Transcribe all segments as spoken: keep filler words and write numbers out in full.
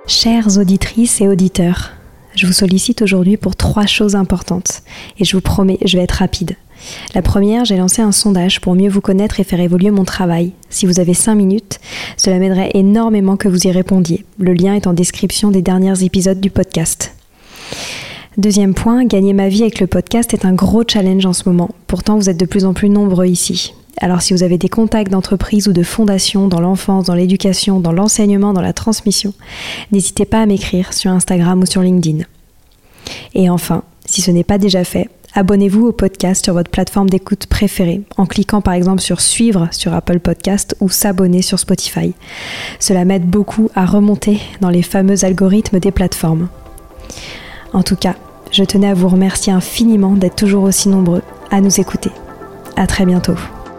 Chères auditrices et auditeurs, je vous sollicite aujourd'hui pour trois choses importantes et je vous promets, je vais être rapide. La première, j'ai lancé un sondage pour mieux vous connaître et faire évoluer mon travail. Si vous avez cinq minutes, cela m'aiderait énormément que vous y répondiez. Le lien est en description des derniers épisodes du podcast. Deuxième point, gagner ma vie avec le podcast est un gros challenge en ce moment. Pourtant, vous êtes de plus en plus nombreux ici. Alors si vous avez des contacts d'entreprises ou de fondations dans l'enfance, dans l'éducation, dans l'enseignement, dans la transmission, n'hésitez pas à m'écrire sur Instagram ou sur LinkedIn. Et enfin, si ce n'est pas déjà fait, abonnez-vous au podcast sur votre plateforme d'écoute préférée en cliquant par exemple sur suivre sur Apple Podcast ou s'abonner sur Spotify. Cela m'aide beaucoup à remonter dans les fameux algorithmes des plateformes. En tout cas, je tenais à vous remercier infiniment d'être toujours aussi nombreux à nous écouter. À très bientôt.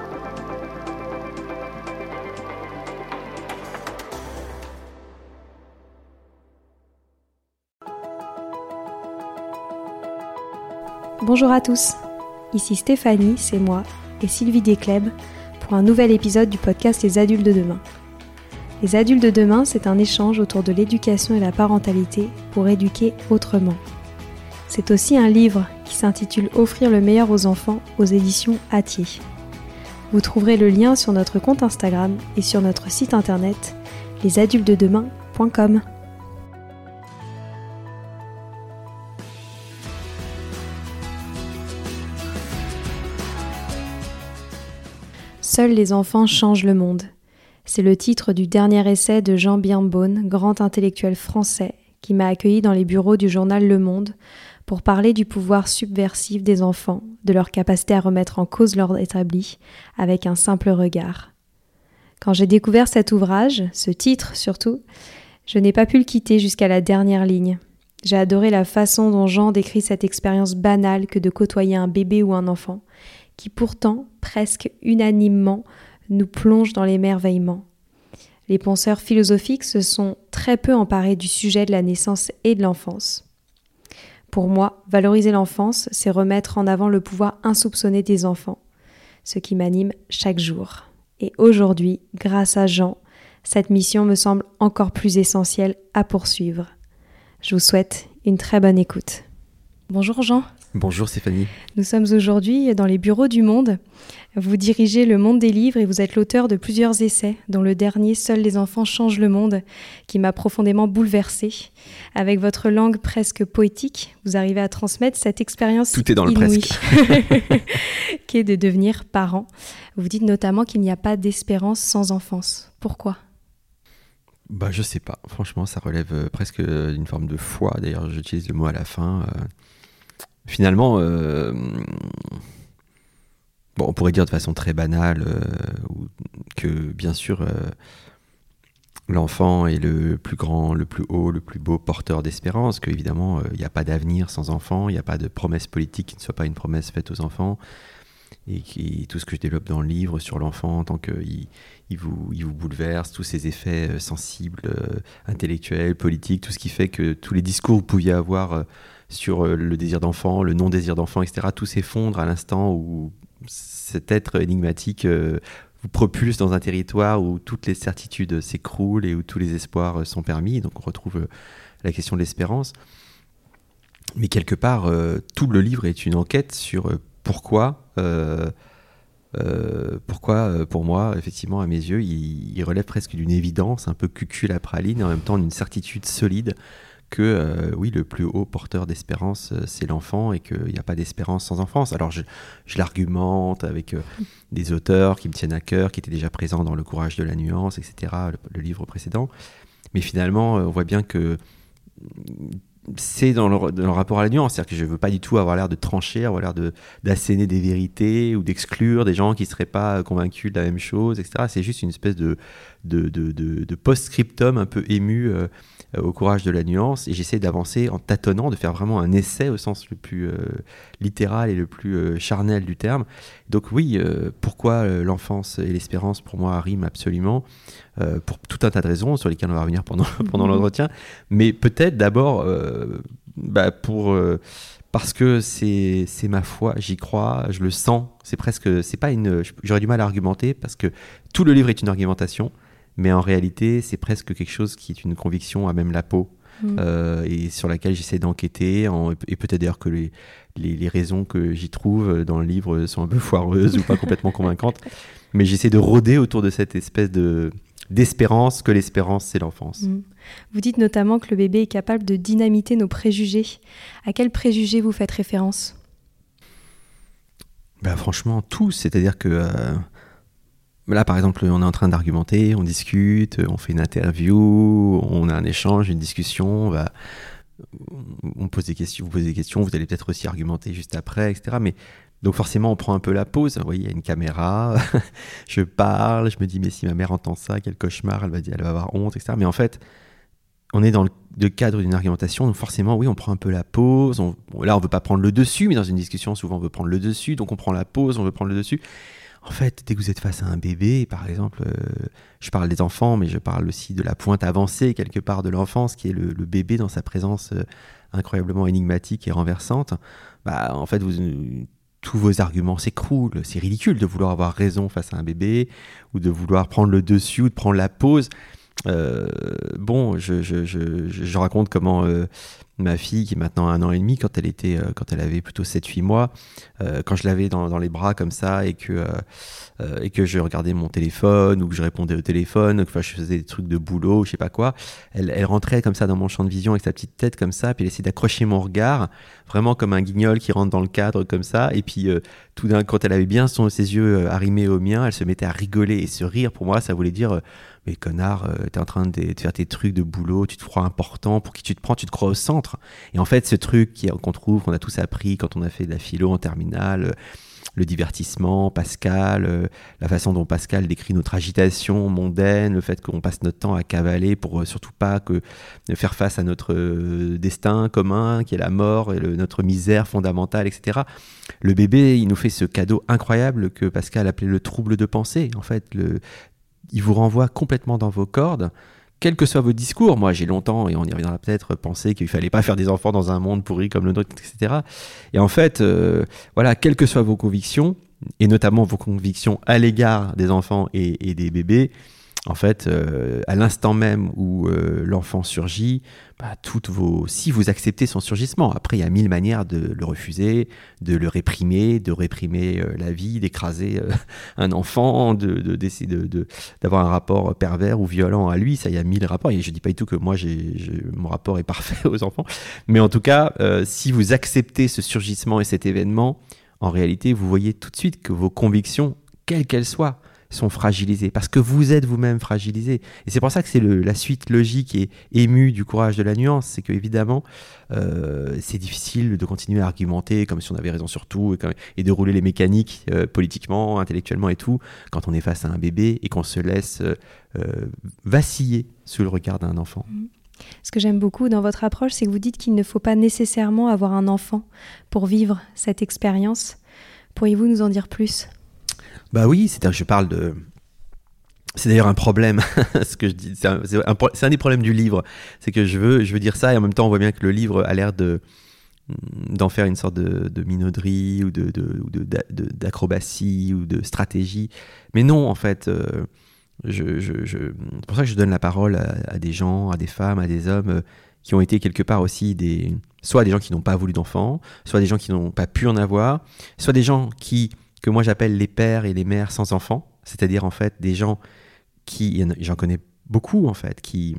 Bonjour à tous, ici Stéphanie, c'est moi, et Sylvie Descleb pour un nouvel épisode du podcast Les Adultes de Demain. Les Adultes de Demain, c'est un échange autour de l'éducation et la parentalité pour éduquer autrement. C'est aussi un livre qui s'intitule Offrir le meilleur aux enfants aux éditions Hatier. Vous trouverez le lien sur notre compte Instagram et sur notre site internet les adultes de demain point com. Seuls les enfants changent le monde. C'est le titre du dernier essai de Jean Birnbaum, grand intellectuel français, qui m'a accueilli dans les bureaux du journal Le Monde pour parler du pouvoir subversif des enfants, de leur capacité à remettre en cause l'ordre établi avec un simple regard. Quand j'ai découvert cet ouvrage, ce titre surtout, je n'ai pas pu le quitter jusqu'à la dernière ligne. J'ai adoré la façon dont Jean décrit cette expérience banale que de côtoyer un bébé ou un enfant, qui pourtant, presque unanimement, nous plonge dans l'émerveillement. Les penseurs philosophiques se sont très peu emparés du sujet de la naissance et de l'enfance. Pour moi, valoriser l'enfance, c'est remettre en avant le pouvoir insoupçonné des enfants, ce qui m'anime chaque jour. Et aujourd'hui, grâce à Jean, cette mission me semble encore plus essentielle à poursuivre. Je vous souhaite une très bonne écoute. Bonjour Jean. Bonjour Stéphanie. Nous sommes aujourd'hui dans les bureaux du Monde. Vous dirigez le Monde des livres et vous êtes l'auteur de plusieurs essais, dont le dernier « Seuls les enfants changent le monde » qui m'a profondément bouleversée. Avec votre langue presque poétique, vous arrivez à transmettre cette expérience Tout est dans le inouïe presque. qu'est de devenir parent. Vous dites notamment qu'il n'y a pas d'espérance sans enfance. Pourquoi ? Bah, je sais pas. Franchement, ça relève presque d'une forme de foi. D'ailleurs, j'utilise le mot à la fin. Euh... Finalement, euh, bon, on pourrait dire de façon très banale euh, que bien sûr euh, l'enfant est le plus grand, le plus haut, le plus beau porteur d'espérance, qu'évidemment il euh, n'y a pas d'avenir sans enfant, il n'y a pas de promesse politique qui ne soit pas une promesse faite aux enfants, et qui, tout ce que je développe dans le livre sur l'enfant, tant qu'il il vous, il vous bouleverse, tous ses effets euh, sensibles, euh, intellectuels, politiques, tout ce qui fait que tous les discours que vous pouviez avoir euh, sur le désir d'enfant, le non-désir d'enfant, et cetera, tout s'effondre à l'instant où cet être énigmatique euh, vous propulse dans un territoire où toutes les certitudes s'écroulent et où tous les espoirs sont permis. Donc on retrouve euh, la question de l'espérance. Mais quelque part, euh, tout le livre est une enquête sur euh, pourquoi, euh, euh, pourquoi euh, pour moi, effectivement, à mes yeux, il, il relève presque d'une évidence, un peu cucul à praline, et en même temps d'une certitude solide que euh, oui, le plus haut porteur d'espérance, euh, c'est l'enfant, et qu'il n'y a pas d'espérance sans enfance. Alors je, je l'argumente avec euh, des auteurs qui me tiennent à cœur, qui étaient déjà présents dans Le Courage de la nuance, et cetera, le, le livre précédent. Mais finalement, euh, on voit bien que c'est dans le, dans le rapport à la nuance, c'est-à-dire que je ne veux pas du tout avoir l'air de trancher, avoir l'air de, d'asséner des vérités ou d'exclure des gens qui ne seraient pas convaincus de la même chose, et cetera. C'est juste une espèce de, de, de, de, de post-scriptum un peu ému euh, au courage de la nuance, et j'essaie d'avancer en tâtonnant, de faire vraiment un essai au sens le plus euh, littéral et le plus euh, charnel du terme. Donc oui, euh, pourquoi euh, l'enfance et l'espérance pour moi riment absolument, euh, pour tout un tas de raisons sur lesquelles on va revenir pendant, pendant l'entretien, mais peut-être d'abord euh, bah pour, euh, parce que c'est, c'est ma foi, j'y crois, je le sens, c'est presque, c'est pas une, j'aurais du mal à argumenter parce que tout le livre est une argumentation, mais en réalité, c'est presque quelque chose qui est une conviction à même la peau, mmh. euh, et sur laquelle j'essaie d'enquêter, en, et peut-être d'ailleurs que les, les, les raisons que j'y trouve dans le livre sont un peu foireuses ou pas complètement convaincantes, mais j'essaie de rôder autour de cette espèce de, d'espérance, que l'espérance, c'est l'enfance. Mmh. Vous dites notamment que le bébé est capable de dynamiter nos préjugés. À quels préjugés vous faites référence ? Ben, franchement, tous. C'est-à-dire que euh, là, par exemple, on est en train d'argumenter, on discute, on fait une interview, on a un échange, une discussion, on, va, on pose des questions, vous posez des questions, vous allez peut-être aussi argumenter juste après, et cetera. Mais donc forcément, on prend un peu la pause. Vous voyez, il y a une caméra, je parle, je me dis, mais si ma mère entend ça, quel cauchemar, elle va dire, elle va avoir honte, et cetera. Mais en fait, on est dans le, le cadre d'une argumentation, donc forcément, oui, on prend un peu la pause. On, bon, là, on veut pas prendre le dessus, mais dans une discussion, souvent, on veut prendre le dessus, donc on prend la pause, on veut prendre le dessus. En fait, dès que vous êtes face à un bébé, par exemple, euh, je parle des enfants, mais je parle aussi de la pointe avancée, quelque part, de l'enfance, qui est le, le bébé dans sa présence euh, incroyablement énigmatique et renversante. Bah, en fait, vous... tous vos arguments s'écroulent. C'est ridicule de vouloir avoir raison face à un bébé, ou de vouloir prendre le dessus, ou de prendre la pause. Euh, bon, je, je, je, je raconte comment euh, ma fille, qui est maintenant un an et demi, quand elle, était, euh, quand elle avait plutôt sept huit mois, euh, quand je l'avais dans, dans les bras comme ça, et que, euh, euh, et que je regardais mon téléphone, ou que je répondais au téléphone, ou que enfin, je faisais des trucs de boulot, je sais pas quoi, elle, elle rentrait comme ça dans mon champ de vision avec sa petite tête comme ça, puis elle essayait d'accrocher mon regard, vraiment comme un guignol qui rentre dans le cadre comme ça, et puis euh, tout d'un coup, quand elle avait bien son, ses yeux euh, arrimés aux miens, elle se mettait à rigoler, et ce rire, pour moi, ça voulait dire... Euh, mais connard, euh, t'es en train de, de faire tes trucs de boulot, tu te crois important, pour qui tu te prends, tu te crois au centre. Et en fait, ce truc qui, qu'on trouve, qu'on a tous appris quand on a fait de la philo en terminale, euh, le divertissement, Pascal, euh, la façon dont Pascal décrit notre agitation mondaine, le fait qu'on passe notre temps à cavaler pour euh, surtout pas que, faire face à notre euh, destin commun, qui est la mort, et le, notre misère fondamentale, et cetera. Le bébé, il nous fait ce cadeau incroyable que Pascal appelait le trouble de pensée. En fait, le... il vous renvoie complètement dans vos cordes, quels que soient vos discours. Moi, j'ai longtemps, et on y reviendra peut-être, pensé qu'il ne fallait pas faire des enfants dans un monde pourri comme le nôtre, et cetera. Et en fait, euh, voilà, quelles que soient vos convictions, et notamment vos convictions à l'égard des enfants et, et des bébés, en fait, euh, à l'instant même où euh, l'enfant surgit, bah, toutes vos... si vous acceptez son surgissement, après il y a mille manières de le refuser, de le réprimer, de réprimer euh, la vie, d'écraser euh, un enfant, de, de, d'essayer de, de, d'avoir un rapport pervers ou violent à lui, ça il y a mille rapports, et je ne dis pas du tout que moi j'ai, j'ai, mon rapport est parfait aux enfants, mais en tout cas, euh, si vous acceptez ce surgissement et cet événement, en réalité vous voyez tout de suite que vos convictions, quelles qu'elles soient, sont fragilisés, parce que vous êtes vous-même fragilisé. Et c'est pour ça que c'est le, la suite logique et émue du courage de la nuance, c'est que évidemment, euh, c'est difficile de continuer à argumenter comme si on avait raison sur tout, et, quand, et de rouler les mécaniques euh, politiquement, intellectuellement et tout, quand on est face à un bébé et qu'on se laisse euh, euh, vaciller sous le regard d'un enfant. Ce que j'aime beaucoup dans votre approche, c'est que vous dites qu'il ne faut pas nécessairement avoir un enfant pour vivre cette expérience. Pourriez-vous nous en dire plus ? Bah oui, c'est-à-dire que je parle de... C'est d'ailleurs un problème, ce que je dis. C'est un, c'est, un, c'est un des problèmes du livre. C'est que je veux, je veux dire ça, et en même temps, on voit bien que le livre a l'air de, d'en faire une sorte de, de minauderie, ou, de, de, ou de, de, d'acrobatie, ou de stratégie. Mais non, en fait, euh, je, je, je, c'est pour ça que je donne la parole à, à des gens, à des femmes, à des hommes euh, qui ont été quelque part aussi des... soit des gens qui n'ont pas voulu d'enfants, soit des gens qui n'ont pas pu en avoir, soit des gens qui... que moi j'appelle les pères et les mères sans enfants, c'est-à-dire en fait des gens qui, j'en connais beaucoup en fait, qui,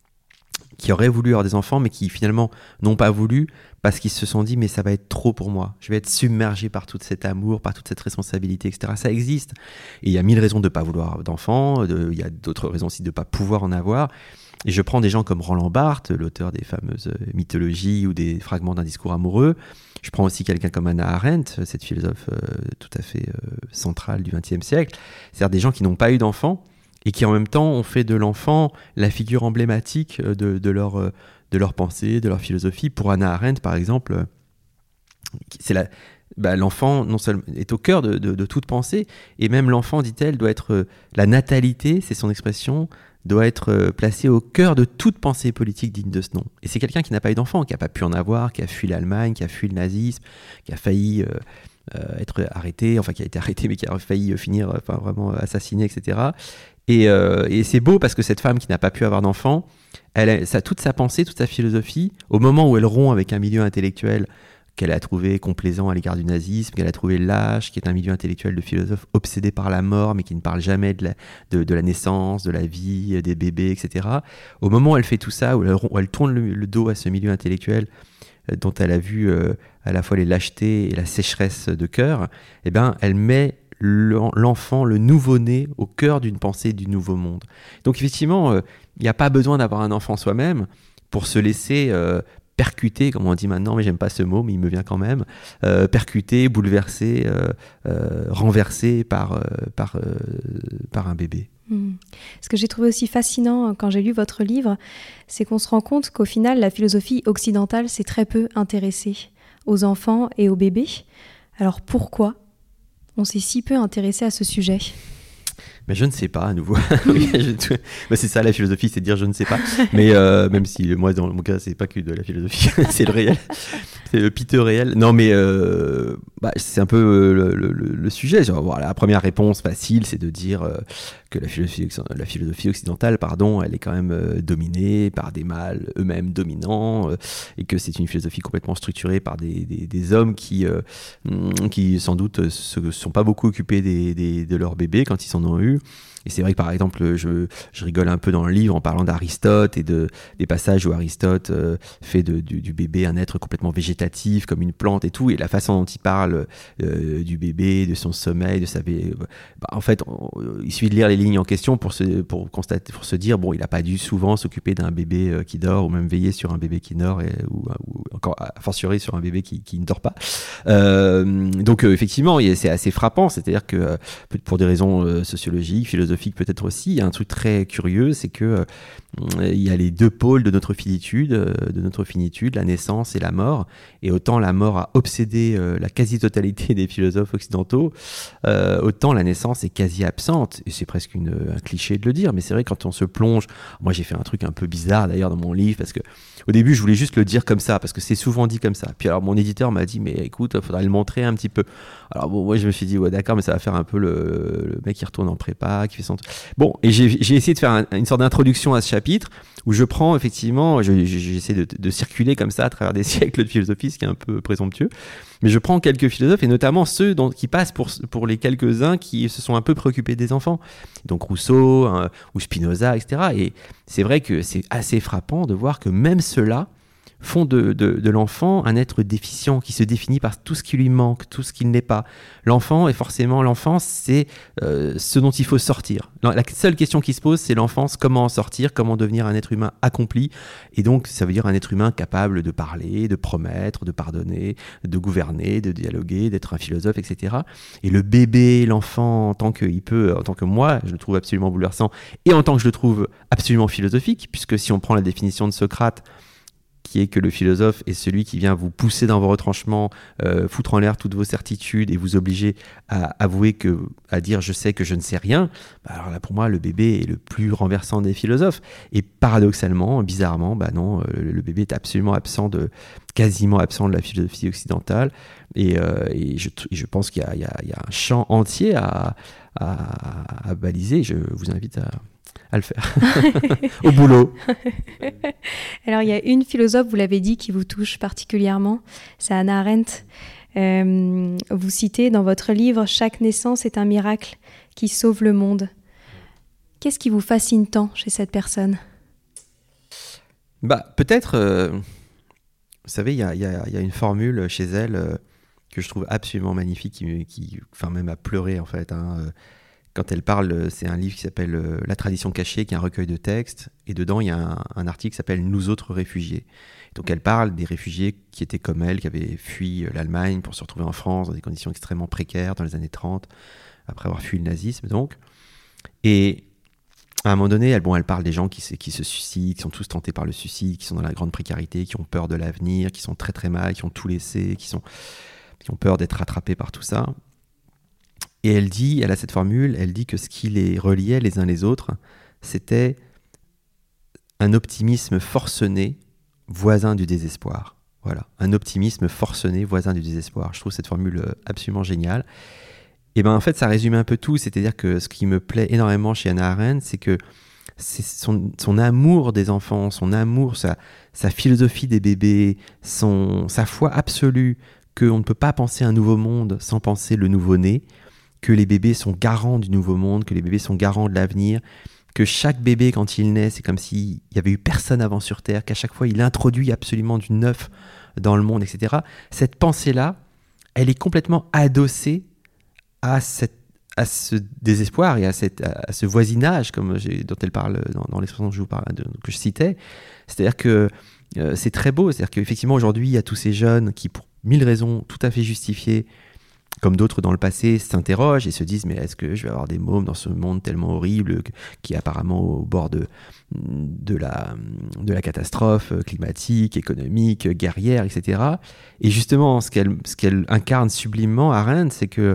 qui auraient voulu avoir des enfants mais qui finalement n'ont pas voulu parce qu'ils se sont dit mais ça va être trop pour moi, je vais être submergé par tout cet amour, par toute cette responsabilité, et cetera. Ça existe, et il y a mille raisons de ne pas vouloir d'enfants, de, il y a d'autres raisons aussi de ne pas pouvoir en avoir. Et je prends des gens comme Roland Barthes, l'auteur des fameuses mythologies ou des fragments d'un discours amoureux. Je prends aussi quelqu'un comme Hannah Arendt, cette philosophe euh, tout à fait euh, centrale du vingtième siècle. C'est-à-dire des gens qui n'ont pas eu d'enfants et qui en même temps ont fait de l'enfant la figure emblématique de, de, leur, de leur pensée, de leur philosophie. Pour Hannah Arendt, par exemple, c'est la... Bah, l'enfant non seulement est au cœur de, de, de toute pensée, et même l'enfant, dit-elle, doit être euh, la natalité, c'est son expression, doit être euh, placé au cœur de toute pensée politique digne de ce nom. Et c'est quelqu'un qui n'a pas eu d'enfant, qui n'a pas pu en avoir, qui a fui l'Allemagne, qui a fui le nazisme, qui a failli euh, euh, être arrêté, enfin qui a été arrêté, mais qui a failli euh, finir enfin, vraiment assassiné, et cetera. Et, euh, et c'est beau parce que cette femme qui n'a pas pu avoir d'enfant, elle a, ça, toute sa pensée, toute sa philosophie, au moment où elle rompt avec un milieu intellectuel qu'elle a trouvé complaisant à l'égard du nazisme, qu'elle a trouvé lâche, qui est un milieu intellectuel de philosophes obsédés par la mort, mais qui ne parle jamais de la, de, de la naissance, de la vie, des bébés, et cetera. Au moment où elle fait tout ça, où elle, où elle tourne le, le dos à ce milieu intellectuel euh, dont elle a vu euh, à la fois les lâchetés et la sécheresse de cœur, eh ben, elle met l'enfant, le nouveau-né, au cœur d'une pensée du nouveau monde. Donc effectivement, il euh, n'y a pas besoin d'avoir un enfant soi-même pour se laisser... Euh, percuté, comme on dit maintenant, mais j'aime pas ce mot, mais il me vient quand même, euh, percuté, bouleversé, euh, euh, renversé par, euh, par, euh, par un bébé. Mmh. Ce que j'ai trouvé aussi fascinant quand j'ai lu votre livre, c'est qu'on se rend compte qu'au final, la philosophie occidentale s'est très peu intéressée aux enfants et aux bébés. Alors pourquoi on s'est si peu intéressé à ce sujet ? Mais je ne sais pas, à nouveau. bah, c'est ça la philosophie, c'est de dire je ne sais pas. Mais euh, même si moi, dans mon cas, c'est pas que de la philosophie, c'est le réel. C'est le piteux réel. Non, mais euh, bah, c'est un peu le, le, le sujet. Genre, voilà, la première réponse facile, c'est de dire euh, que la philosophie, la philosophie occidentale, pardon, elle est quand même euh, dominée par des mâles eux-mêmes dominants euh, et que c'est une philosophie complètement structurée par des, des, des hommes qui, euh, qui, sans doute, ne se sont pas beaucoup occupés des, des, de leurs bébés quand ils en ont eu. Et c'est vrai que par exemple, je, je rigole un peu dans le livre en parlant d'Aristote et de, des passages où Aristote euh, fait de, du, du bébé un être complètement végétatif, comme une plante et tout, et la façon dont il parle euh, du bébé, de son sommeil, de sa... Bah, en fait, on, il suffit de lire les lignes en question pour se, pour constater, pour se dire, bon, il n'a pas dû souvent s'occuper d'un bébé euh, qui dort, ou même veiller sur un bébé qui dort, et, ou, ou encore a fortiori sur un bébé qui, qui ne dort pas. Euh, donc euh, effectivement, c'est assez frappant, c'est-à-dire que euh, pour des raisons euh, sociologiques, philosophiques, peut-être aussi, il y a un truc très curieux, c'est que euh, il y a les deux pôles de notre finitude, euh, de notre finitude, la naissance et la mort. Et autant la mort a obsédé euh, la quasi-totalité des philosophes occidentaux, euh, autant la naissance est quasi absente. Et c'est presque une, un cliché de le dire, mais c'est vrai quand on se plonge. Moi, j'ai fait un truc un peu bizarre d'ailleurs dans mon livre parce que au début, je voulais juste le dire comme ça parce que c'est souvent dit comme ça. Puis alors, mon éditeur m'a dit, mais écoute, il faudrait le montrer un petit peu. Alors bon, moi, je me suis dit, ouais, d'accord, mais ça va faire un peu le, le mec qui retourne en prépa, qui fait son... Bon, et j'ai, j'ai essayé de faire un, une sorte d'introduction à ce chapitre où je prends effectivement, je, j'essaie de, de circuler comme ça à travers des siècles de philosophie, ce qui est un peu présomptueux, mais je prends quelques philosophes et notamment ceux dont, qui passent pour, pour les quelques-uns qui se sont un peu préoccupés des enfants. Donc Rousseau hein, ou Spinoza, et cetera. Et c'est vrai que c'est assez frappant de voir que même ceux-là font de, de, de l'enfant un être déficient qui se définit par tout ce qui lui manque, tout ce qu'il n'est pas. L'enfant, et forcément l'enfance, c'est euh, ce dont il faut sortir. La seule question qui se pose, c'est l'enfance, comment en sortir, comment devenir un être humain accompli. Et donc, ça veut dire un être humain capable de parler, de promettre, de pardonner, de gouverner, de dialoguer, d'être un philosophe, et cetera. Et le bébé, l'enfant, en tant que, il peut, en tant que moi, je le trouve absolument bouleversant, et en tant que je le trouve absolument philosophique, puisque si on prend la définition de Socrate, qui est que le philosophe est celui qui vient vous pousser dans vos retranchements, euh, foutre en l'air toutes vos certitudes et vous obliger à avouer que, à dire je sais que je ne sais rien. Bah alors là pour moi le bébé est le plus renversant des philosophes. Et paradoxalement, bizarrement, bah non, le, le bébé est absolument absent de, quasiment absent de la philosophie occidentale. Et, euh, et je, je pense qu'il y a, il y a, il y a un champ entier à, à, à baliser. Je vous invite à à le faire, au boulot. Alors, il y a une philosophe, vous l'avez dit, qui vous touche particulièrement, c'est Hannah Arendt. Euh, vous citez dans votre livre « Chaque naissance est un miracle qui sauve le monde ». Qu'est-ce qui vous fascine tant chez cette personne ? Bah, peut-être, euh, vous savez, il y a, y, a, y a une formule chez elle euh, que je trouve absolument magnifique, qui, qui enfin même à pleurer en fait, hein, euh, quand elle parle, c'est un livre qui s'appelle euh, La tradition cachée, qui est un recueil de textes, et dedans il y a un, un article qui s'appelle Nous autres réfugiés. Donc elle parle des réfugiés qui étaient comme elle, qui avaient fui l'Allemagne pour se retrouver en France dans des conditions extrêmement précaires dans les années trente, après avoir fui le nazisme donc. Et à un moment donné, elle, bon, elle parle des gens qui se, qui se suicident, qui sont tous tentés par le suicide, qui sont dans la grande précarité, qui ont peur de l'avenir, qui sont très très mal, qui ont tout laissé, qui, sont, qui ont peur d'être rattrapés par tout ça. Et elle dit, elle a cette formule, elle dit que ce qui les reliait les uns les autres, c'était un optimisme forcené, voisin du désespoir. Voilà, un optimisme forcené, voisin du désespoir. Je trouve cette formule absolument géniale. Et ben en fait, ça résume un peu tout. C'est-à-dire que ce qui me plaît énormément chez Hannah Arendt, c'est que c'est son, son amour des enfants, son amour, sa, sa philosophie des bébés, son, sa foi absolue qu'on ne peut pas penser un nouveau monde sans penser le nouveau-né, que les bébés sont garants du nouveau monde, que les bébés sont garants de l'avenir, que chaque bébé, quand il naît, c'est comme s'il n'y avait eu personne avant sur Terre, qu'à chaque fois, il introduit absolument du neuf dans le monde, et cetera. Cette pensée-là, elle est complètement adossée à, cette, à ce désespoir et à, cette, à ce voisinage comme j'ai, dont elle parle dans, dans l'expression que je, vous parle, de, que je citais. C'est-à-dire que euh, c'est très beau. C'est-à-dire qu'effectivement, aujourd'hui, il y a tous ces jeunes qui, pour mille raisons tout à fait justifiées, comme d'autres dans le passé, s'interrogent et se disent « mais est-ce que je vais avoir des mômes dans ce monde tellement horrible qui est apparemment au bord de, de, la, de la catastrophe climatique, économique, guerrière, et cetera » Et justement, ce qu'elle, ce qu'elle incarne sublimement, Arendt, c'est que,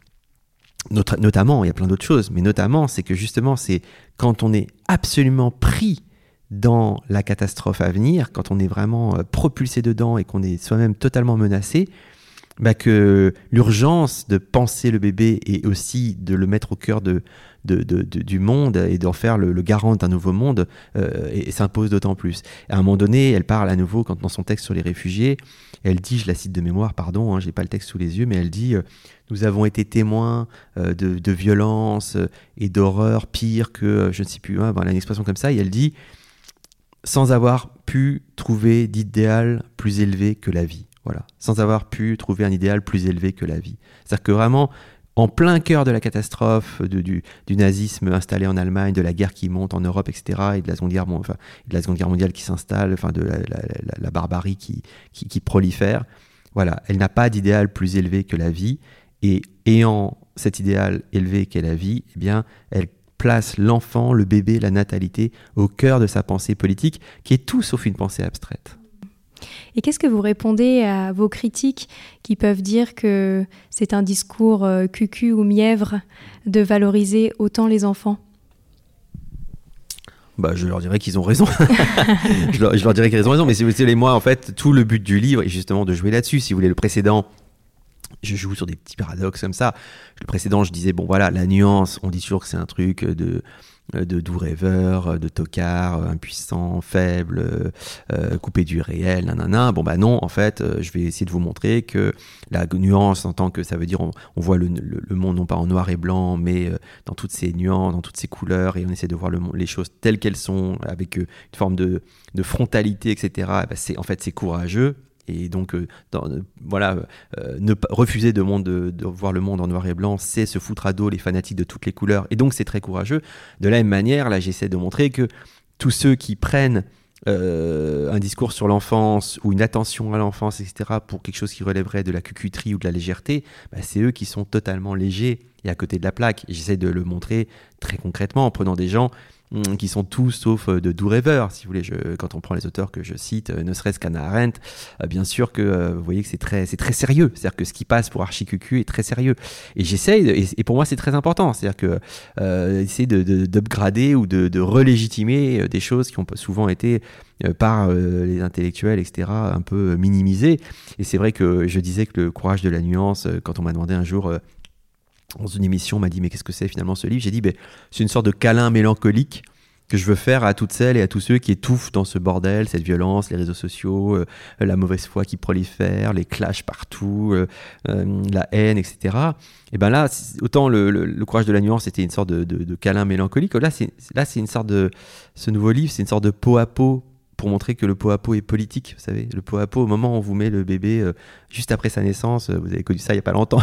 not- notamment, il y a plein d'autres choses, mais notamment, c'est que justement, c'est quand on est absolument pris dans la catastrophe à venir, quand on est vraiment propulsé dedans et qu'on est soi-même totalement menacé, bah que l'urgence de penser le bébé et aussi de le mettre au cœur de, de, de, de, du monde et d'en faire le, le garant d'un nouveau monde euh, et, et s'impose d'autant plus. À un moment donné, elle parle à nouveau, quand dans son texte sur les réfugiés, elle dit, je la cite de mémoire, pardon, hein, je n'ai pas le texte sous les yeux, mais elle dit euh, « Nous avons été témoins euh, de, de violences et d'horreurs pires que, euh, je ne sais plus, hein, ben, elle a une expression comme ça, et elle dit « Sans avoir pu trouver d'idéal plus élevé que la vie ». Voilà, sans avoir pu trouver un idéal plus élevé que la vie. C'est-à-dire que vraiment, en plein cœur de la catastrophe, de, du, du nazisme installé en Allemagne, de la guerre qui monte en Europe, et cetera, et de la Seconde Guerre, enfin, de la Seconde Guerre mondiale qui s'installe, enfin, de la, la, la, la barbarie qui, qui, qui prolifère, voilà, elle n'a pas d'idéal plus élevé que la vie, et ayant cet idéal élevé qu'est la vie, eh bien, elle place l'enfant, le bébé, la natalité au cœur de sa pensée politique, qui est tout sauf une pensée abstraite. Et qu'est-ce que vous répondez à vos critiques qui peuvent dire que c'est un discours euh, cucu ou mièvre de valoriser autant les enfants ? Bah, je leur dirais qu'ils ont raison. je, leur, je leur dirais qu'ils ont raison, mais c'est, c'est moi, en fait, tout le but du livre est justement de jouer là-dessus. Si vous voulez, le précédent, je joue sur des petits paradoxes comme ça. Le précédent, je disais, bon voilà, la nuance, on dit toujours que c'est un truc de... de doux rêveur, de tocard, impuissant, faible, euh, coupé du réel, nanana. Bon bah non, en fait, euh, je vais essayer de vous montrer que la nuance, en tant que ça veut dire on, on voit le, le, le monde non pas en noir et blanc, mais euh, dans toutes ses nuances, dans toutes ses couleurs, et on essaie de voir le, les choses telles qu'elles sont, avec euh, une forme de, de frontalité, et cetera. Bah, c'est, en fait, c'est courageux. Et donc, euh, dans, euh, voilà, euh, ne pas refuser de, monde, de, de voir le monde en noir et blanc, c'est se foutre à dos les fanatiques de toutes les couleurs. Et donc, c'est très courageux. De la même manière, là, j'essaie de montrer que tous ceux qui prennent euh, un discours sur l'enfance ou une attention à l'enfance, et cetera, pour quelque chose qui relèverait de la cucuterie ou de la légèreté, bah, c'est eux qui sont totalement légers et à côté de la plaque. Et j'essaie de le montrer très concrètement en prenant des gens qui sont tous sauf de doux rêveurs, si vous voulez. Je, quand on prend les auteurs que je cite, ne serait-ce qu'Hannah Arendt, euh, bien sûr que euh, vous voyez que c'est très, c'est très sérieux. C'est-à-dire que ce qui passe pour archi-cucu est très sérieux. Et j'essaye, et, et pour moi c'est très important, c'est-à-dire que euh, essayer de, de, d'upgrader ou de, de relégitimer des choses qui ont souvent été euh, par euh, les intellectuels, et cetera, un peu minimisées. Et c'est vrai que je disais que le courage de la nuance, quand on m'a demandé un jour... Euh, dans une émission, on m'a dit « mais qu'est-ce que c'est finalement ce livre ?» J'ai dit ben, « c'est une sorte de câlin mélancolique que je veux faire à toutes celles et à tous ceux qui étouffent dans ce bordel, cette violence, les réseaux sociaux, euh, la mauvaise foi qui prolifère, les clashs partout, euh, euh, la haine, et cetera » Et bien là, autant le, le, le courage de la nuance était une sorte de, de, de câlin mélancolique, là c'est, là c'est une sorte de... Ce nouveau livre, c'est une sorte de pot à pot pour montrer que le pot à pot est politique, vous savez. Le pot à pot, au moment où on vous met le bébé euh, juste après sa naissance, euh, vous avez connu ça il n'y a pas longtemps,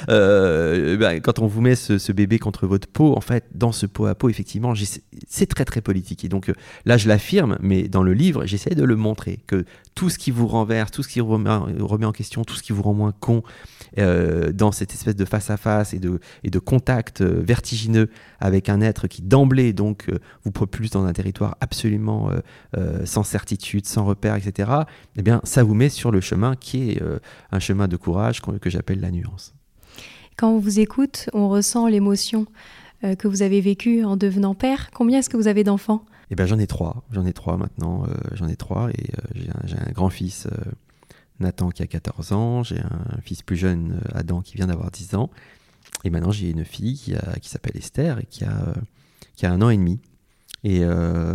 euh, ben, quand on vous met ce, ce bébé contre votre peau, en fait, dans ce pot à pot, effectivement, c'est très très politique. Et donc euh, là, je l'affirme, mais dans le livre, j'essaie de le montrer, que tout ce qui vous renverse, tout ce qui remet, remet en question, tout ce qui vous rend moins con, euh, dans cette espèce de face-à-face et de, et de contact euh, vertigineux avec un être qui, d'emblée, donc, euh, vous propulse dans un territoire absolument euh, euh, sans certitude, sans repère, et cetera, eh bien, ça vous met sur le chemin qui est euh, un chemin de courage que, que j'appelle la nuance. Quand on vous écoute, on ressent l'émotion euh, que vous avez vécue en devenant père. Combien est-ce que vous avez d'enfants ? Eh bien, j'en ai trois. J'en ai trois maintenant. Euh, j'en ai trois et euh, j'ai, un, j'ai un grand-fils, euh, Nathan, qui a quatorze ans. J'ai un fils plus jeune, Adam, qui vient d'avoir dix ans. Et maintenant, j'ai une fille qui, a, qui s'appelle Esther et qui a, qui a un an et demi. Et, euh,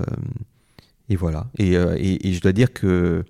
et voilà. Et, euh, et, et je dois dire que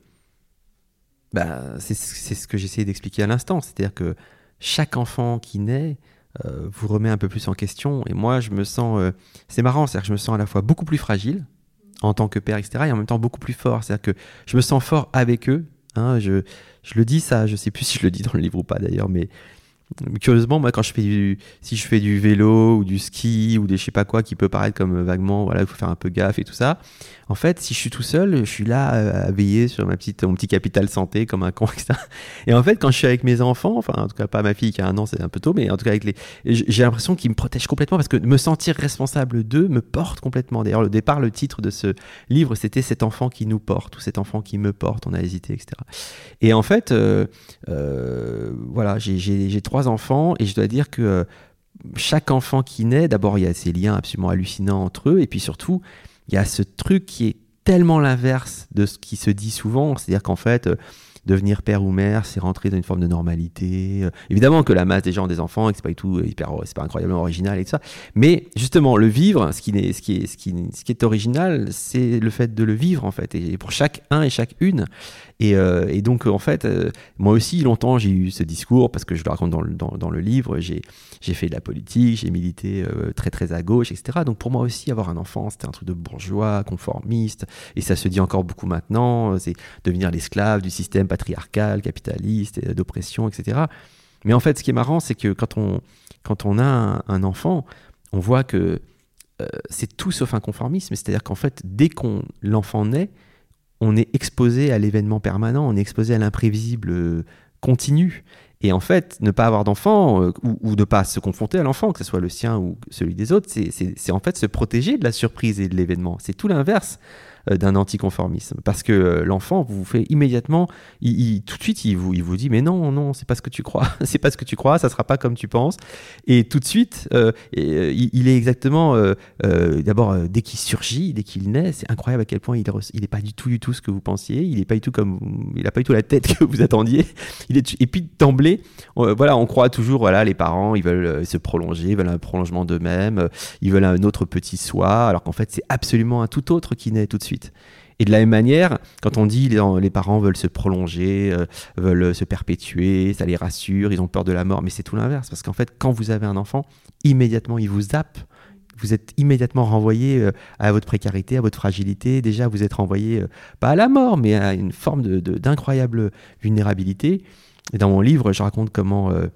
bah, c'est, c'est ce que j'essayais d'expliquer à l'instant. C'est-à-dire que chaque enfant qui naît euh, vous remet un peu plus en question. Et moi, je me sens... Euh, c'est marrant, c'est-à-dire que je me sens à la fois beaucoup plus fragile en tant que père, et cetera, et en même temps beaucoup plus fort. C'est-à-dire que je me sens fort avec eux. Hein, je, je le dis ça, je ne sais plus si je le dis dans le livre ou pas d'ailleurs, mais curieusement, moi, quand je fais du, si je fais du vélo ou du ski ou des je sais pas quoi qui peut paraître comme vaguement, voilà, il faut faire un peu gaffe et tout ça. En fait, si je suis tout seul, je suis là à veiller sur ma petite, mon petit capital santé comme un con, et cetera. Et en fait, quand je suis avec mes enfants, enfin, en tout cas pas ma fille qui a un an, c'est un peu tôt, mais en tout cas avec les, j'ai l'impression qu'ils me protègent complètement parce que me sentir responsable d'eux me porte complètement. D'ailleurs, au départ, le titre de ce livre, c'était cet enfant qui nous porte ou cet enfant qui me porte. On a hésité, et cetera. Et en fait, euh, euh, voilà, j'ai, j'ai, j'ai trois enfants et je dois dire que euh, chaque enfant qui naît, d'abord, il y a ces liens absolument hallucinants entre eux et puis surtout, il y a ce truc qui est tellement l'inverse de ce qui se dit souvent, c'est-à-dire qu'en fait, euh, devenir père ou mère, c'est rentrer dans une forme de normalité. Euh, évidemment que la masse des gens ont des enfants et que c'est pas du tout hyper, c'est pas incroyablement original et tout ça. Mais justement, le vivre, ce qui est, ce qui est, ce qui, ce qui est original, c'est le fait de le vivre en fait, et pour chaque un et chaque une. Et, euh, et donc en fait, euh, moi aussi longtemps j'ai eu ce discours parce que je le raconte dans le, dans, dans le livre. J'ai, j'ai fait de la politique, j'ai milité euh, très très à gauche, et cetera. Donc pour moi aussi avoir un enfant, c'était un truc de bourgeois, conformiste, et ça se dit encore beaucoup maintenant. C'est devenir l'esclave du système patriarcal, capitaliste, d'oppression, et cetera. Mais en fait, ce qui est marrant, c'est que quand on quand on a un, un enfant, on voit que euh, c'est tout sauf un conformisme. C'est-à-dire qu'en fait, dès qu'on l'enfant naît, on est exposé à l'événement permanent, on est exposé à l'imprévisible euh, continu. Et en fait, ne pas avoir d'enfant euh, ou, ou ne pas se confronter à l'enfant, que ce soit le sien ou celui des autres, c'est, c'est, c'est en fait se protéger de la surprise et de l'événement. C'est tout l'inverse euh, d'un anticonformisme. Parce que euh, l'enfant vous fait immédiatement, il, il, tout de suite, il vous, il vous dit « mais non, non, c'est pas ce que tu crois, c'est pas ce que tu crois, ça sera pas comme tu penses ». Et tout de suite, euh, et, euh, il, il est exactement, euh, euh, d'abord, euh, dès qu'il surgit, dès qu'il naît, c'est incroyable à quel point il est, il est pas du tout, du tout ce que vous pensiez, il est pas du tout comme, il a pas du tout la tête que vous attendiez. Il est, et puis d'emblée, on, voilà, on croit toujours, voilà, les parents, ils veulent euh, se prolonger, ils veulent un prolongement d'eux-mêmes, euh, ils veulent un autre petit soi, alors qu'en fait, c'est absolument un tout autre qui naît tout de suite. Et de la même manière, quand on dit les, les parents veulent se prolonger, euh, veulent se perpétuer, ça les rassure, ils ont peur de la mort, mais c'est tout l'inverse. Parce qu'en fait, quand vous avez un enfant, immédiatement, il vous zappe. Vous êtes immédiatement renvoyé euh, à votre précarité, à votre fragilité. Déjà, vous êtes renvoyé, euh, pas à la mort, mais à une forme de, de, d'incroyable vulnérabilité. Et dans mon livre, je raconte comment... Euh,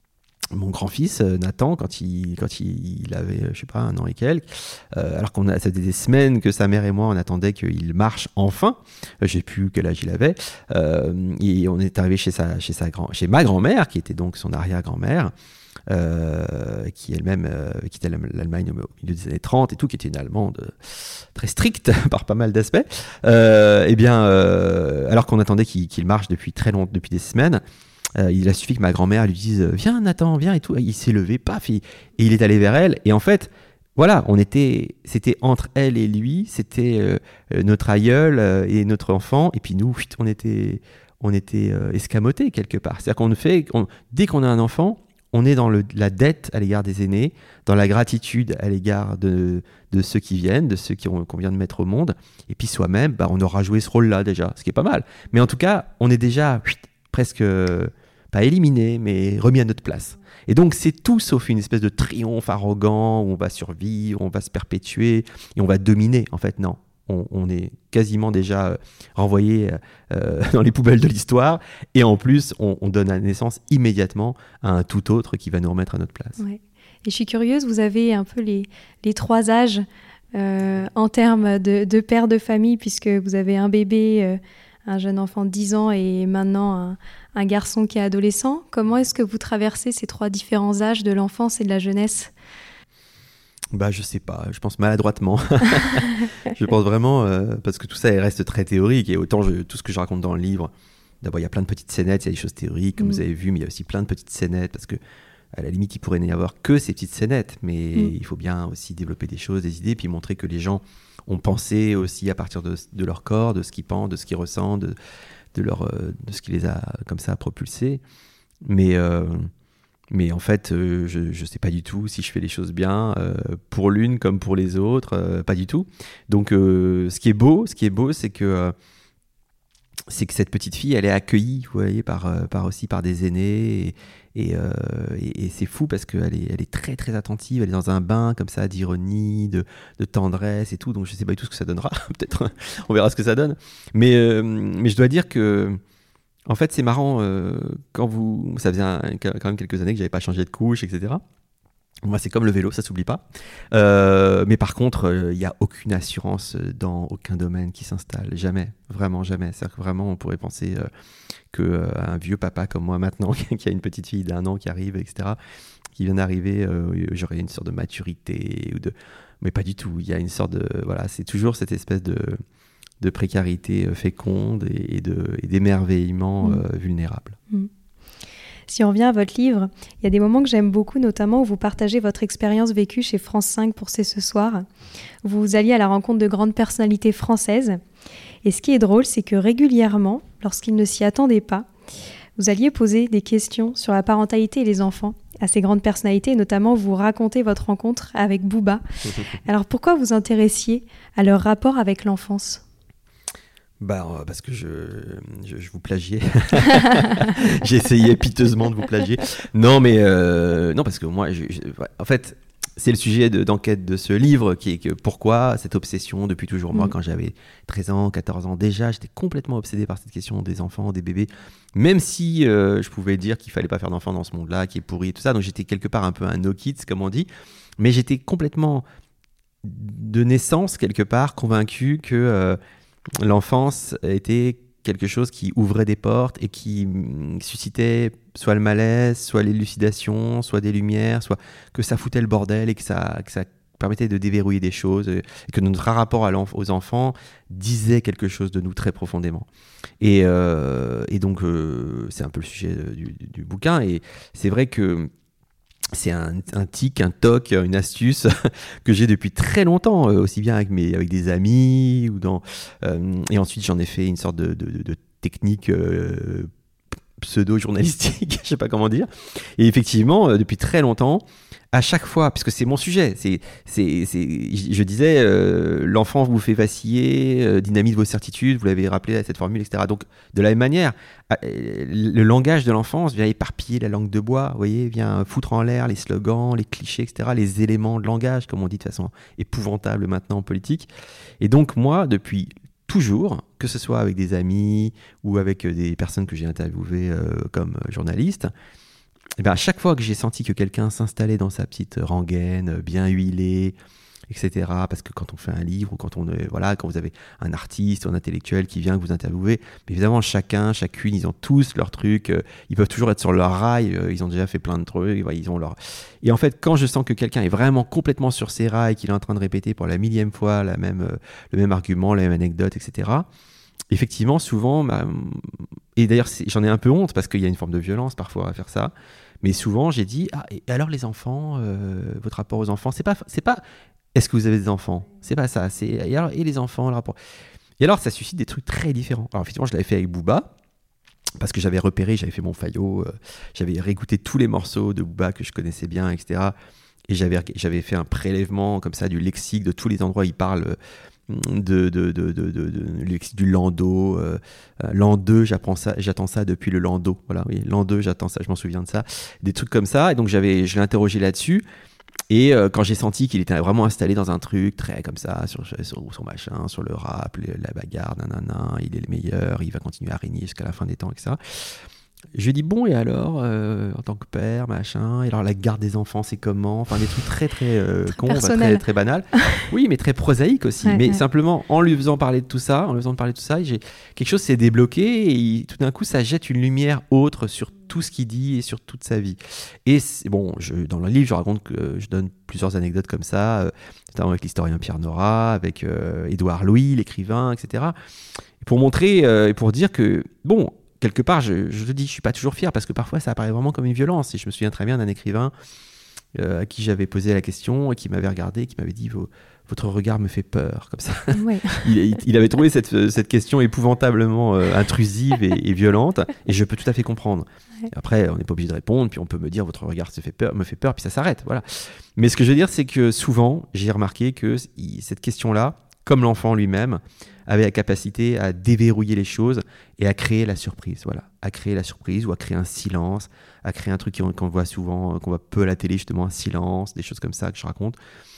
mon grand-fils Nathan, quand il, quand il, il avait, je sais pas, un an et quelques, euh, alors qu'on a, ça faisait des semaines que sa mère et moi, on attendait qu'il marche enfin. Euh, je sais plus quel âge il avait. Euh, et on est arrivé chez sa, chez sa grand, chez ma grand-mère, qui était donc son arrière-grand-mère, euh, qui elle-même euh, quittait l'Allemagne au milieu des années trente et tout, qui était une Allemande très stricte par pas mal d'aspects. Euh, et bien, euh, alors qu'on attendait qu'il, qu'il marche depuis très longtemps, depuis des semaines. Euh, il a suffi que ma grand-mère lui dise « Viens Nathan, viens » et tout. Il s'est levé, paf, et, et il est allé vers elle. Et en fait, voilà, on était, c'était entre elle et lui, c'était euh, notre aïeul euh, et notre enfant. Et puis nous, on était, on était euh, escamotés quelque part. C'est-à-dire qu'on fait, on, dès qu'on a un enfant, on est dans le, la dette à l'égard des aînés, dans la gratitude à l'égard de, de ceux qui viennent, de ceux qui ont, qu'on vient de mettre au monde. Et puis soi-même, bah, on aura joué ce rôle-là déjà, ce qui est pas mal. Mais en tout cas, on est déjà presque... pas éliminé, mais remis à notre place. Et donc, c'est tout sauf une espèce de triomphe arrogant où on va survivre, on va se perpétuer et on va dominer. En fait, non. On, on est quasiment déjà renvoyé euh, dans les poubelles de l'histoire. Et en plus, on, on donne naissance immédiatement à un tout autre qui va nous remettre à notre place. Ouais. Et je suis curieuse, vous avez un peu les, les trois âges euh, en termes de, de père de famille, puisque vous avez un bébé... Euh, un jeune enfant de dix ans et maintenant un, un garçon qui est adolescent. Comment est-ce que vous traversez ces trois différents âges de l'enfance et de la jeunesse ? Bah, je sais pas, je pense maladroitement. Je pense vraiment, euh, parce que tout ça reste très théorique, et autant je, tout ce que je raconte dans le livre, d'abord il y a plein de petites scénettes, il y a des choses théoriques, comme mmh. vous avez vu, mais il y a aussi plein de petites scénettes, parce que à la limite, il pourrait n'y avoir que ces petites scénettes, mais mmh. il faut bien aussi développer des choses, des idées, puis montrer que les gens ont pensé aussi à partir de, de leur corps, de ce qu'ils pensent, de ce qu'ils ressentent, de, de, leur, de ce qui les a comme ça propulsés. Mais, euh, Mais en fait, euh, je ne sais pas du tout si je fais les choses bien, euh, pour l'une comme pour les autres, euh, pas du tout. Donc, euh, ce qui est beau, ce qui est beau, c'est que euh, c'est que cette petite fille, elle est accueillie, vous voyez, par, euh, par aussi par des aînés. Et, et, euh, et, et c'est fou parce qu'elle est, elle est très, très attentive. Elle est dans un bain comme ça d'ironie, de, de tendresse et tout. Donc, je ne sais pas du tout ce que ça donnera. Peut-être, on verra ce que ça donne. Mais, euh, mais je dois dire que en fait, c'est marrant, euh, quand vous... Ça faisait un, quand même quelques années que je n'avais pas changé de couche, et cetera. Moi, c'est comme le vélo, ça ne s'oublie pas. Euh, mais par contre, il euh, n'y a aucune assurance dans aucun domaine qui s'installe. Jamais, vraiment jamais. C'est-à-dire que vraiment, on pourrait penser euh, qu'un euh, vieux papa comme moi maintenant, qui a une petite fille d'un an qui arrive, et cetera, qui vient d'arriver, euh, j'aurais une sorte de maturité. Ou de... Mais pas du tout. Il y a une sorte de... Voilà, c'est toujours cette espèce de... de précarité féconde et, de, et d'émerveillement mmh. euh, vulnérable. Mmh. Si on revient à votre livre, il y a des moments que j'aime beaucoup, notamment où vous partagez votre expérience vécue chez France cinq pour C'est ce soir. Vous alliez à la rencontre de grandes personnalités françaises. Et ce qui est drôle, c'est que régulièrement, lorsqu'ils ne s'y attendaient pas, vous alliez poser des questions sur la parentalité et les enfants à ces grandes personnalités, et notamment vous racontez votre rencontre avec Booba. Alors pourquoi vous intéressiez à leur rapport avec l'enfance ? Bah, parce que je, je, je vous plagiais. J'ai essayé piteusement de vous plagier. Non, mais euh, non, parce que moi, je, je, en fait, c'est le sujet de, d'enquête de ce livre qui est que pourquoi cette obsession depuis toujours. Moi, mmh. quand j'avais treize ans, quatorze ans, déjà, j'étais complètement obsédé par cette question des enfants, des bébés. Même si euh, je pouvais dire qu'il fallait pas faire d'enfants dans ce monde-là, qui est pourri et tout ça. Donc, j'étais quelque part un peu un no kids, comme on dit. Mais j'étais complètement de naissance, quelque part, convaincu que euh, l'enfance était quelque chose qui ouvrait des portes et qui suscitait soit le malaise, soit l'élucidation, soit des lumières, soit que ça foutait le bordel et que ça, que ça permettait de déverrouiller des choses et que notre rapport à l'enf- aux enfants disait quelque chose de nous très profondément. Et, euh, et donc, euh, c'est un peu le sujet du, du, du bouquin. Et c'est vrai que c'est un, un tic, un toc, une astuce que j'ai depuis très longtemps, euh, aussi bien avec, mes, avec des amis. Ou dans, euh, et ensuite, j'en ai fait une sorte de, de, de, de technique euh, pseudo-journalistique, je ne sais pas comment dire. Et effectivement, euh, depuis très longtemps, à chaque fois, puisque c'est mon sujet, c'est, c'est, c'est, je disais, euh, l'enfant vous fait vaciller, euh, dynamise vos certitudes, vous l'avez rappelé à cette formule, et cetera. Donc, de la même manière, euh, le langage de l'enfance vient éparpiller la langue de bois, vous voyez, vient foutre en l'air les slogans, les clichés, et cetera, les éléments de langage, comme on dit de façon épouvantable maintenant en politique. Et donc, moi, depuis toujours, que ce soit avec des amis ou avec des personnes que j'ai interviewées euh, comme journaliste, et bien à chaque fois que j'ai senti que quelqu'un s'installait dans sa petite rengaine, bien huilée, et cetera, parce que quand on fait un livre ou quand, on, voilà, quand vous avez un artiste ou un intellectuel qui vient que vous interviewer, évidemment, chacun, chacune, ils ont tous leurs trucs, euh, ils peuvent toujours être sur leur rail, euh, ils ont déjà fait plein de trucs, ils ont leur... Et en fait, quand je sens que quelqu'un est vraiment complètement sur ses rails, qu'il est en train de répéter pour la millième fois la même, euh, le même argument, la même anecdote, et cetera, effectivement, souvent, bah, et d'ailleurs, c'est, j'en ai un peu honte parce qu'il y a une forme de violence parfois à faire ça, mais souvent, j'ai dit, ah, et alors les enfants, euh, votre rapport aux enfants, c'est pas, c'est pas, est-ce que vous avez des enfants ? C'est pas ça, c'est, et, alors, et les enfants, le rapport. Et alors, ça suscite des trucs très différents. Alors, effectivement, je l'avais fait avec Booba, parce que j'avais repéré, j'avais fait mon faillot, euh, j'avais réécouté tous les morceaux de Booba que je connaissais bien, et cetera. Et j'avais, j'avais fait un prélèvement comme ça du lexique de tous les endroits où il parle de, de, de, de, de, de, de lexique du Landau, euh, l'an deux, j'apprends ça, j'attends ça depuis le Landau, voilà, oui, l'an deux, j'attends ça, je m'en souviens de ça, des trucs comme ça. Et donc j'avais, je l'ai interrogé là-dessus. Et euh, quand j'ai senti qu'il était vraiment installé dans un truc très comme ça, sur, sur son machin, sur le rap, la bagarre, nanana, il est le meilleur, il va continuer à régner jusqu'à la fin des temps, et cetera. Je lui ai dit, bon, et alors, euh, en tant que père, machin, et alors la garde des enfants, c'est comment ? Enfin, des trucs très, très euh, cons, bah, très, très banals. Oui, mais très prosaïques aussi. Ouais, mais ouais. Simplement, en lui faisant parler de tout ça, en lui faisant parler de tout ça, j'ai... quelque chose s'est débloqué et il... tout d'un coup, ça jette une lumière autre sur tout ce qu'il dit et sur toute sa vie. Et bon, je... dans le livre, je raconte que je donne plusieurs anecdotes comme ça, euh, notamment avec l'historien Pierre Nora, avec euh, Édouard Louis, l'écrivain, et cetera. Et pour montrer euh, et pour dire que, bon, quelque part, je, je te dis, je ne suis pas toujours fier parce que parfois, ça apparaît vraiment comme une violence. Et je me souviens très bien d'un écrivain euh, à qui j'avais posé la question et qui m'avait regardé, qui m'avait dit, vos, votre regard me fait peur, comme ça. Ouais. il, il, il avait trouvé cette, cette question épouvantablement euh, intrusive et, et violente, et je peux tout à fait comprendre. Ouais. Après, on n'est pas obligé de répondre, puis on peut me dire votre regard se fait peur, me fait peur, puis ça s'arrête. Voilà. Mais ce que je veux dire, c'est que souvent, j'ai remarqué que il, cette question-là, comme l'enfant lui-même, avait la capacité à déverrouiller les choses et à créer la surprise, voilà, à créer la surprise ou à créer un silence, à créer un truc qu'on, qu'on voit souvent, qu'on voit peu à la télé, justement, un silence, des choses comme ça que je raconte.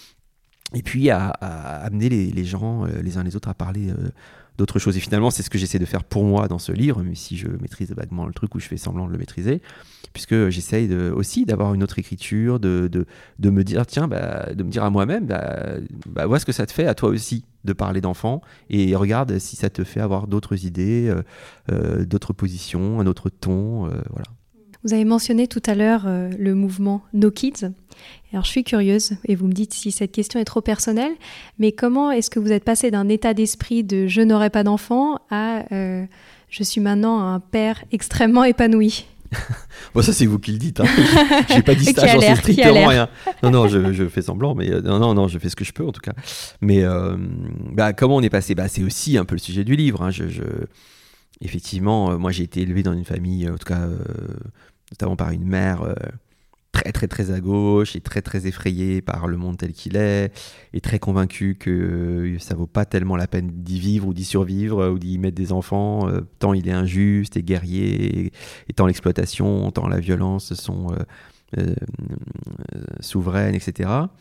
Et puis à, à amener les, les gens, euh, les uns les autres, à parler euh, d'autres choses. Et finalement, c'est ce que j'essaie de faire pour moi dans ce livre, même si je maîtrise vaguement le truc ou je fais semblant de le maîtriser, puisque j'essaye de, aussi d'avoir une autre écriture, de, de, de me dire, tiens, bah, de me dire à moi-même, bah, bah, vois ce que ça te fait à toi aussi de parler d'enfants, et regarde si ça te fait avoir d'autres idées, euh, euh, d'autres positions, un autre ton, euh, voilà. Vous avez mentionné tout à l'heure euh, le mouvement No Kids. Alors je suis curieuse, et vous me dites si cette question est trop personnelle, mais comment est-ce que vous êtes passé d'un état d'esprit de « je n'aurai pas d'enfant » à euh, « je suis maintenant un père extrêmement épanoui » ? Bon, ça c'est vous qui le dites, hein. J'ai pas dit ça, j'en sais strictement rien. Non, non, je, je fais semblant, mais euh, non, non, non, je fais ce que je peux en tout cas. Mais euh, bah, comment on est passé ? Bah, c'est aussi un peu le sujet du livre. Hein. Je, je... Effectivement, euh, moi j'ai été élevé dans une famille, en tout cas, euh, notamment par une mère euh, très, très, très à gauche et très, très effrayée par le monde tel qu'il est, et très convaincue que euh, ça vaut pas tellement la peine d'y vivre ou d'y survivre euh, ou d'y mettre des enfants, euh, tant il est injuste et guerrier, et, et tant l'exploitation, tant la violence sont euh, euh, souveraines, et cetera.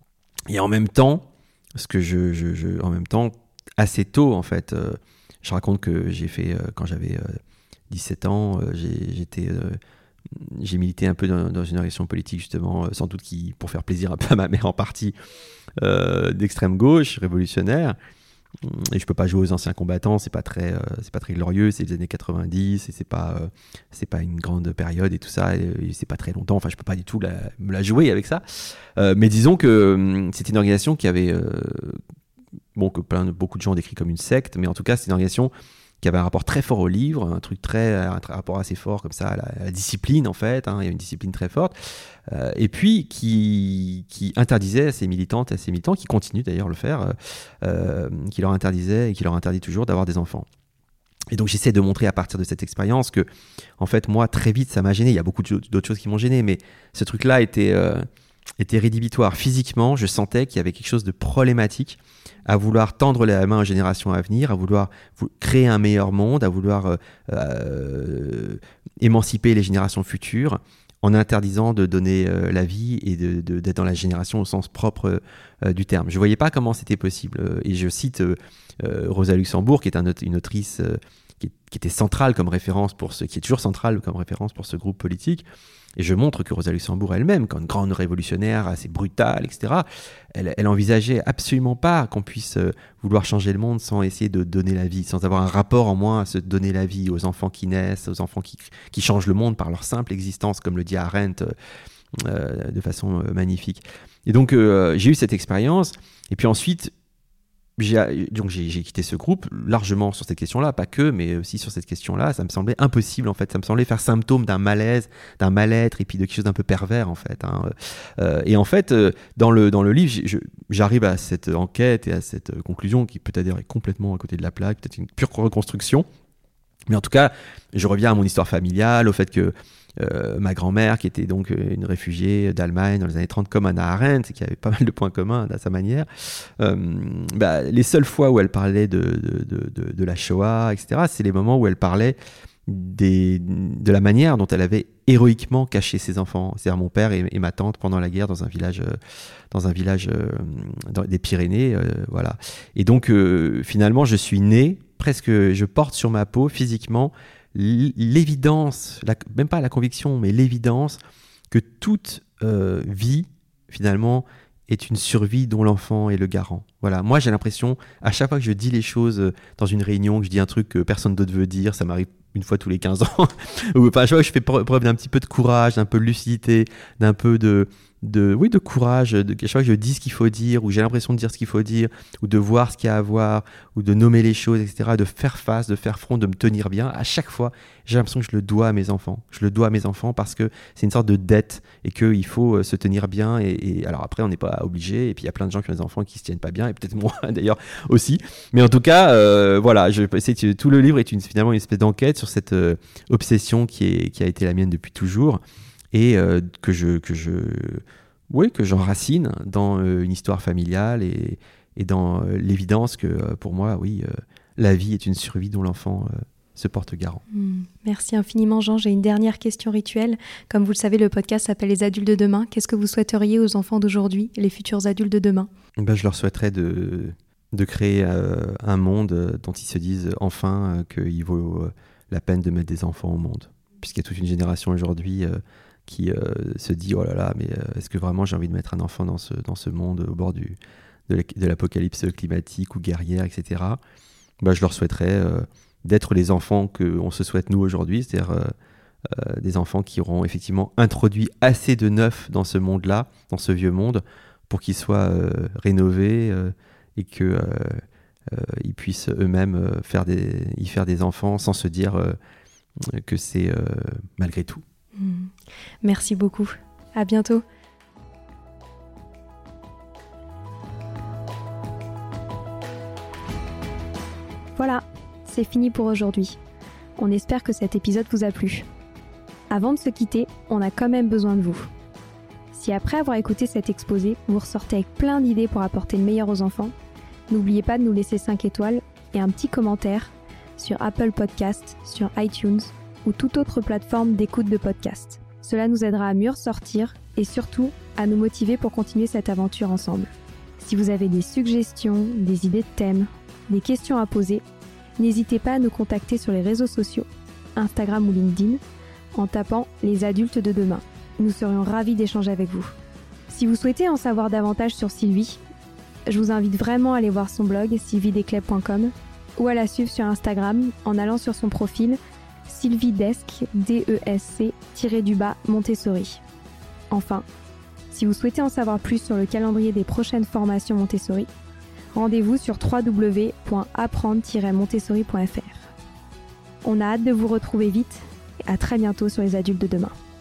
Et en même temps, ce que je, je, je, en même temps, assez tôt en fait, euh, je raconte que j'ai fait euh, quand j'avais euh, dix-sept ans, euh, j'ai, j'étais euh, j'ai milité un peu dans, dans une organisation politique justement, euh, sans doute qui, pour faire plaisir un peu à ma mère en partie, euh, d'extrême gauche, révolutionnaire. Et je peux pas jouer aux anciens combattants, c'est pas très, euh, c'est pas très glorieux, c'est les années quatre-vingt-dix, et c'est pas, euh, c'est pas une grande période et tout ça, et, et c'est pas très longtemps. Enfin, je peux pas du tout la, me la jouer avec ça. Euh, mais disons que euh, c'était une organisation qui avait, euh, bon, que plein de, beaucoup de gens ont décrit comme une secte, mais en tout cas, c'est une organisation qui avait un rapport très fort au livre, un truc très, un rapport assez fort comme ça à la, à la discipline en fait, hein, il y a une discipline très forte, euh, et puis qui, qui interdisait à ses militantes et à ses militants, qui continuent d'ailleurs à le faire, euh, qui leur interdisait et qui leur interdit toujours d'avoir des enfants. Et donc j'essaie de montrer à partir de cette expérience que, en fait, moi très vite ça m'a gêné, il y a beaucoup d'autres choses qui m'ont gêné, mais ce truc-là était, euh, était rédhibitoire. Physiquement, je sentais qu'il y avait quelque chose de problématique à vouloir tendre la main aux générations à venir, à vouloir créer un meilleur monde, à vouloir euh, euh, émanciper les générations futures, en interdisant de donner euh, la vie et de, de, d'être dans la génération au sens propre euh, du terme. Je ne voyais pas comment c'était possible. Et je cite euh, euh, Rosa Luxembourg, qui est un, une autrice euh, qui, qui était centrale comme référence pour ce, qui est toujours centrale comme référence pour ce groupe politique. Et je montre que Rosa Luxembourg elle-même, quand une grande révolutionnaire assez brutale, et cetera, elle, elle envisageait absolument pas qu'on puisse euh, vouloir changer le monde sans essayer de donner la vie, sans avoir un rapport en moins à se donner la vie aux enfants qui naissent, aux enfants qui, qui changent le monde par leur simple existence, comme le dit Arendt euh, de façon euh, magnifique. Et donc euh, j'ai eu cette expérience, et puis ensuite, J'ai, donc j'ai, j'ai quitté ce groupe largement sur cette question-là, pas que, mais aussi sur cette question-là. Ça me semblait impossible, en fait. Ça me semblait faire symptôme d'un malaise, d'un mal-être, et puis de quelque chose d'un peu pervers, en fait. Hein. Euh, et en fait, euh, dans le, dans le livre, je, j'arrive à cette enquête et à cette conclusion qui peut-être est complètement à côté de la plaque, peut-être une pure reconstruction. Mais en tout cas, je reviens à mon histoire familiale, au fait que Euh, ma grand-mère, qui était donc une réfugiée d'Allemagne dans les années trente, comme Hannah Arendt, qui avait pas mal de points communs à sa manière, euh, bah, les seules fois où elle parlait de, de, de, de, de la Shoah, et cetera, c'est les moments où elle parlait des, de la manière dont elle avait héroïquement caché ses enfants. C'est-à-dire mon père et, et ma tante pendant la guerre dans un village, euh, dans un village euh, dans des Pyrénées. Euh, voilà. Et donc, euh, finalement, je suis né, presque, je porte sur ma peau physiquement l'évidence, la, même pas la conviction, mais l'évidence que toute euh, vie, finalement, est une survie dont l'enfant est le garant. Voilà. Moi, j'ai l'impression, à chaque fois que je dis les choses dans une réunion, que je dis un truc que personne d'autre veut dire, ça m'arrive une fois tous les quinze ans, ou enfin, à chaque fois que je fais preuve d'un petit peu de courage, d'un peu de lucidité, d'un peu de, de, oui, de courage, de, à chaque fois que je dis ce qu'il faut dire, ou j'ai l'impression de dire ce qu'il faut dire, ou de voir ce qu'il y a à voir, ou de nommer les choses, et cetera, de faire face, de faire front, de me tenir bien, à chaque fois, j'ai l'impression que je le dois à mes enfants. Je le dois à mes enfants parce que c'est une sorte de dette et qu'il faut se tenir bien. Et, et alors après, on n'est pas obligé, et puis il y a plein de gens qui ont des enfants qui ne se tiennent pas bien, et peut-être moi d'ailleurs aussi. Mais en tout cas, euh, voilà, je, c'est, tout le livre est une, finalement une espèce d'enquête sur cette euh, obsession qui, est, qui a été la mienne depuis toujours, et euh, que je... Que je Oui, que j'enracine dans euh, une histoire familiale et, et dans euh, l'évidence que euh, pour moi, oui, euh, la vie est une survie dont l'enfant euh, se porte garant. Mmh. Merci infiniment, Jean. J'ai une dernière question rituelle. Comme vous le savez, le podcast s'appelle Les adultes de demain. Qu'est-ce que vous souhaiteriez aux enfants d'aujourd'hui, les futurs adultes de demain ? Ben, je leur souhaiterais de, de créer euh, un monde dont ils se disent enfin euh, qu'il vaut euh, la peine de mettre des enfants au monde. Puisqu'il y a toute une génération aujourd'hui... Euh, qui euh, se dit oh là là, mais euh, est-ce que vraiment j'ai envie de mettre un enfant dans ce, dans ce monde au bord du, de, de l'apocalypse climatique ou guerrière, et cetera. Bah, je leur souhaiterais euh, d'être les enfants qu'on se souhaite nous aujourd'hui, c'est-à-dire euh, euh, des enfants qui auront effectivement introduit assez de neuf dans ce monde-là, dans ce vieux monde, pour qu'il soit euh, rénové euh, et qu'ils euh, euh, puissent eux-mêmes euh, faire des, y faire des enfants sans se dire euh, que c'est euh, malgré tout. Mmh. Merci beaucoup. À bientôt. Voilà, c'est fini pour aujourd'hui. On espère que cet épisode vous a plu. Avant de se quitter, on a quand même besoin de vous. Si après avoir écouté cet exposé, vous ressortez avec plein d'idées pour apporter le meilleur aux enfants, n'oubliez pas de nous laisser cinq étoiles et un petit commentaire sur Apple Podcasts, sur iTunes ou toute autre plateforme d'écoute de podcast. Cela nous aidera à mieux ressortir et surtout à nous motiver pour continuer cette aventure ensemble. Si vous avez des suggestions, des idées de thèmes, des questions à poser, n'hésitez pas à nous contacter sur les réseaux sociaux, Instagram ou LinkedIn, en tapant « Les adultes de demain ». Nous serions ravis d'échanger avec vous. Si vous souhaitez en savoir davantage sur Sylvie, je vous invite vraiment à aller voir son blog sylvie desclèves point com ou à la suivre sur Instagram en allant sur son profil Sylvie Desc, D E S C, tiré du bas, Montessori. Enfin, si vous souhaitez en savoir plus sur le calendrier des prochaines formations Montessori, rendez-vous sur w w w point apprendre tiret montessori point f r. On a hâte de vous retrouver vite et à très bientôt sur les adultes de demain.